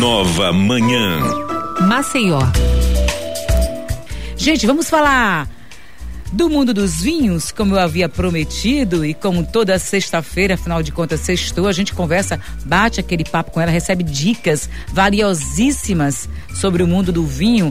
Nova Manhã. Maceió. Gente, vamos falar do mundo dos vinhos, como eu havia prometido, e como toda sexta-feira, afinal de contas, sextou, a gente conversa, bate aquele papo com ela, recebe dicas valiosíssimas sobre o mundo do vinho.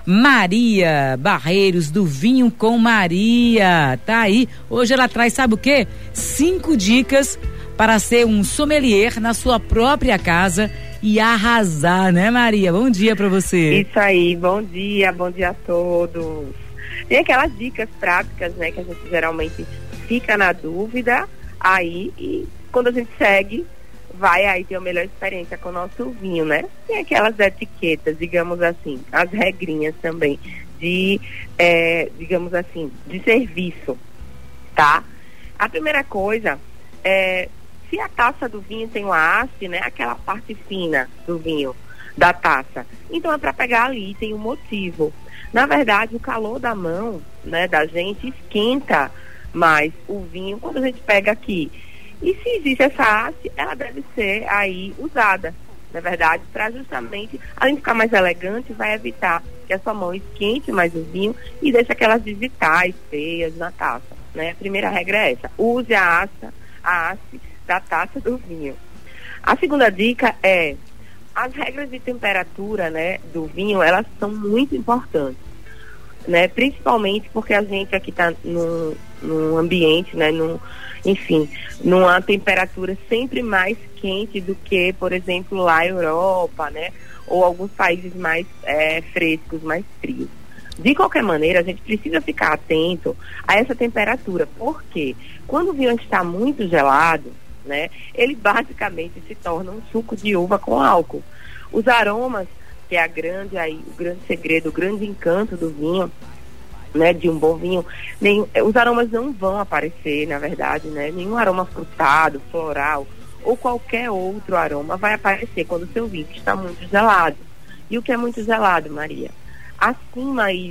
Maria Barreiros, do Vinho com Maria, tá aí. Hoje ela traz, sabe o quê? 5 dicas para ser um sommelier na sua própria casa e arrasar, né, Maria? Bom dia para você. Isso aí, bom dia a todos. Tem aquelas dicas práticas, né, que a gente geralmente fica na dúvida aí, e quando a gente segue, vai aí ter a melhor experiência com o nosso vinho, né? Tem aquelas etiquetas, digamos assim, as regrinhas também de, digamos assim, de serviço, tá? A primeira coisa é, se a taça do vinho tem uma haste, né, aquela parte fina do vinho, da taça, então é para pegar ali, tem um motivo. Na verdade, o calor da mão, né, da gente esquenta mais o vinho quando a gente pega aqui. E se existe essa haste, ela deve ser aí usada, na verdade, para justamente, além de ficar mais elegante, vai evitar que a sua mão esquente mais o vinho e deixe aquelas digitais feias na taça, né? A primeira regra é essa: use a haste da taça do vinho. A segunda dica é: as regras de temperatura, né, do vinho, elas são muito importantes, né? Principalmente porque a gente aqui está num ambiente, né, enfim, numa temperatura sempre mais quente do que, por exemplo, lá na Europa, né? Ou alguns países mais frescos, mais frios. De qualquer maneira, a gente precisa ficar atento a essa temperatura, porque quando o vinho está muito gelado, né, ele basicamente se torna um suco de uva com álcool. Os aromas, que é o grande segredo, o grande encanto do vinho, né, de um bom vinho, os aromas não vão aparecer, na verdade, né? Nenhum aroma frutado, floral ou qualquer outro aroma vai aparecer quando o seu vinho está muito gelado. E o que é muito gelado, Maria? Acima aí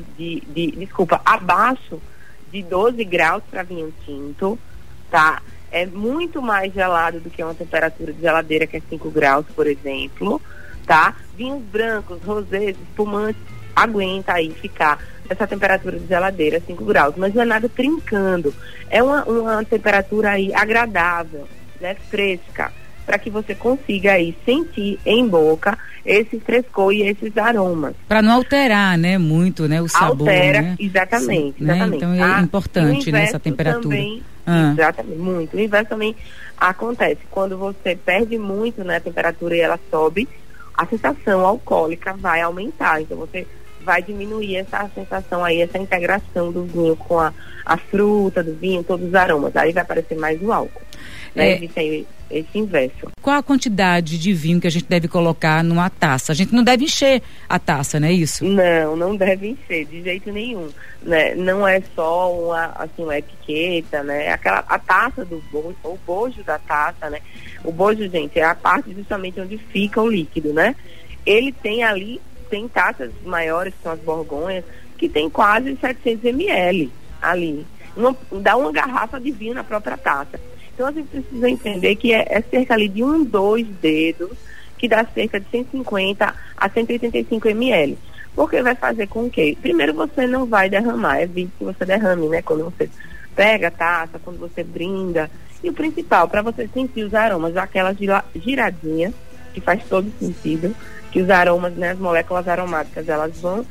abaixo de 12 graus para vinho tinto, tá? É muito mais gelado do que uma temperatura de geladeira, que é 5 graus, por exemplo, tá? Vinhos brancos, rosés, espumantes, aguenta aí ficar essa temperatura de geladeira, 5 graus, mas não é nada trincando, é uma temperatura aí agradável, né, fresca, para que você consiga aí sentir em boca esse frescor e esses aromas. Para não alterar, né, muito, né, o sabor. Altera, né? exatamente, Sim, exatamente. Né? Então é importante nessa temperatura. Também, exatamente, muito. O inverso também acontece, quando você perde muito, né, a temperatura e ela sobe, a sensação alcoólica vai aumentar, então você vai diminuir essa sensação aí, essa integração do vinho com a fruta do vinho, todos os aromas. Aí vai aparecer mais o álcool. Né? Existe aí esse inverso. Qual a quantidade de vinho que a gente deve colocar numa taça? A gente não deve encher a taça, não é isso? Não deve encher, de jeito nenhum. Né? Não é só uma etiqueta, né? A taça do bojo, o bojo da taça, né? O bojo, gente, é a parte justamente onde fica o líquido, né? Ele tem ali, tem taças maiores, que são as borgonhas, que tem quase 700 ml ali. Dá uma garrafa de vinho na própria taça. Então a gente precisa entender que é cerca ali de 2 dedos, que dá cerca de 150 a 185 ml. Porque vai fazer com que, primeiro, você não vai derramar, é vídeo que você derrame, né? Quando você pega a taça, quando você brinda. E o principal, para você sentir os aromas, aquela giradinha, que faz todo sentido, que os aromas, né, as moléculas aromáticas, elas vão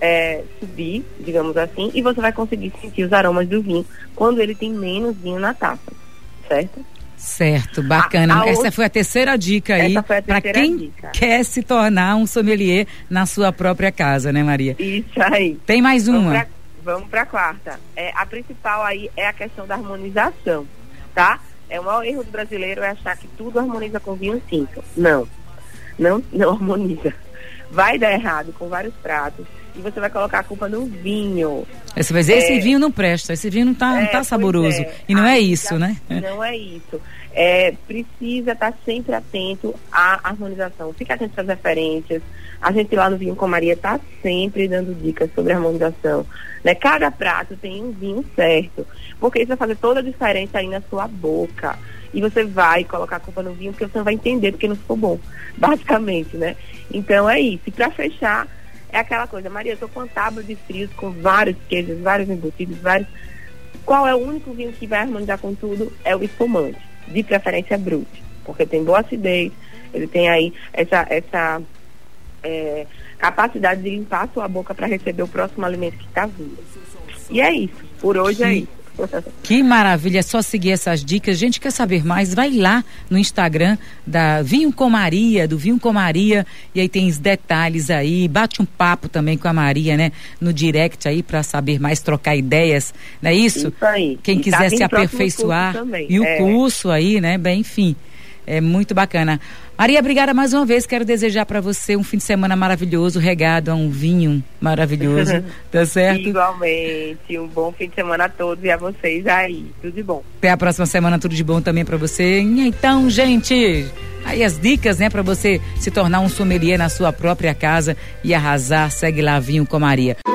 subir, digamos assim, e você vai conseguir sentir os aromas do vinho quando ele tem menos vinho na taça, certo? Certo, bacana. Essa foi a terceira dica aí, para quem quer se tornar um sommelier na sua própria casa, né, Maria? Isso aí. Tem mais uma? Vamos para a quarta. A principal aí é a questão da harmonização, tá? O maior erro do brasileiro é achar que tudo harmoniza com vinho tinto. Não harmoniza. Vai dar errado com vários pratos e você vai colocar a culpa no vinho. Você vai dizer, esse vinho não presta, esse vinho não tá saboroso. E não é isso, né? Não é isso. Precisa estar sempre atento à harmonização. Fica atento às referências. A gente lá no Vinho com Maria está sempre dando dicas sobre harmonização. Né? Cada prato tem um vinho certo. Porque isso vai fazer toda a diferença aí na sua boca. E você vai colocar a culpa no vinho porque você não vai entender porque não ficou bom. Basicamente, né? Então é isso. E para fechar, é aquela coisa. Maria, eu tô com uma tábua de frios com vários queijos, vários embutidos, vários... Qual é o único vinho que vai harmonizar com tudo? É o espumante. De preferência Brut. Porque tem boa acidez. Ele tem aí essa capacidade de limpar a sua boca para receber o próximo alimento que está vindo. E é isso. Por hoje é isso. Que maravilha, é só seguir essas dicas. Gente, quer saber mais? Vai lá no Instagram da Vinho com Maria, do Vinho com Maria, e aí tem os detalhes aí, bate um papo também com a Maria, né? No direct aí para saber mais, trocar ideias, não é isso? Isso aí. Quem quiser se aperfeiçoar. E o curso aí, né? Bem, enfim, é muito bacana. Maria, obrigada mais uma vez. Quero desejar para você um fim de semana maravilhoso, regado a um vinho maravilhoso. Tá certo? Igualmente. Um bom fim de semana a todos e a vocês aí. Tudo de bom. Até a próxima semana, tudo de bom também para você. Então, gente, aí as dicas, né, para você se tornar um sommelier na sua própria casa e arrasar. Segue lá, Vinho com Maria.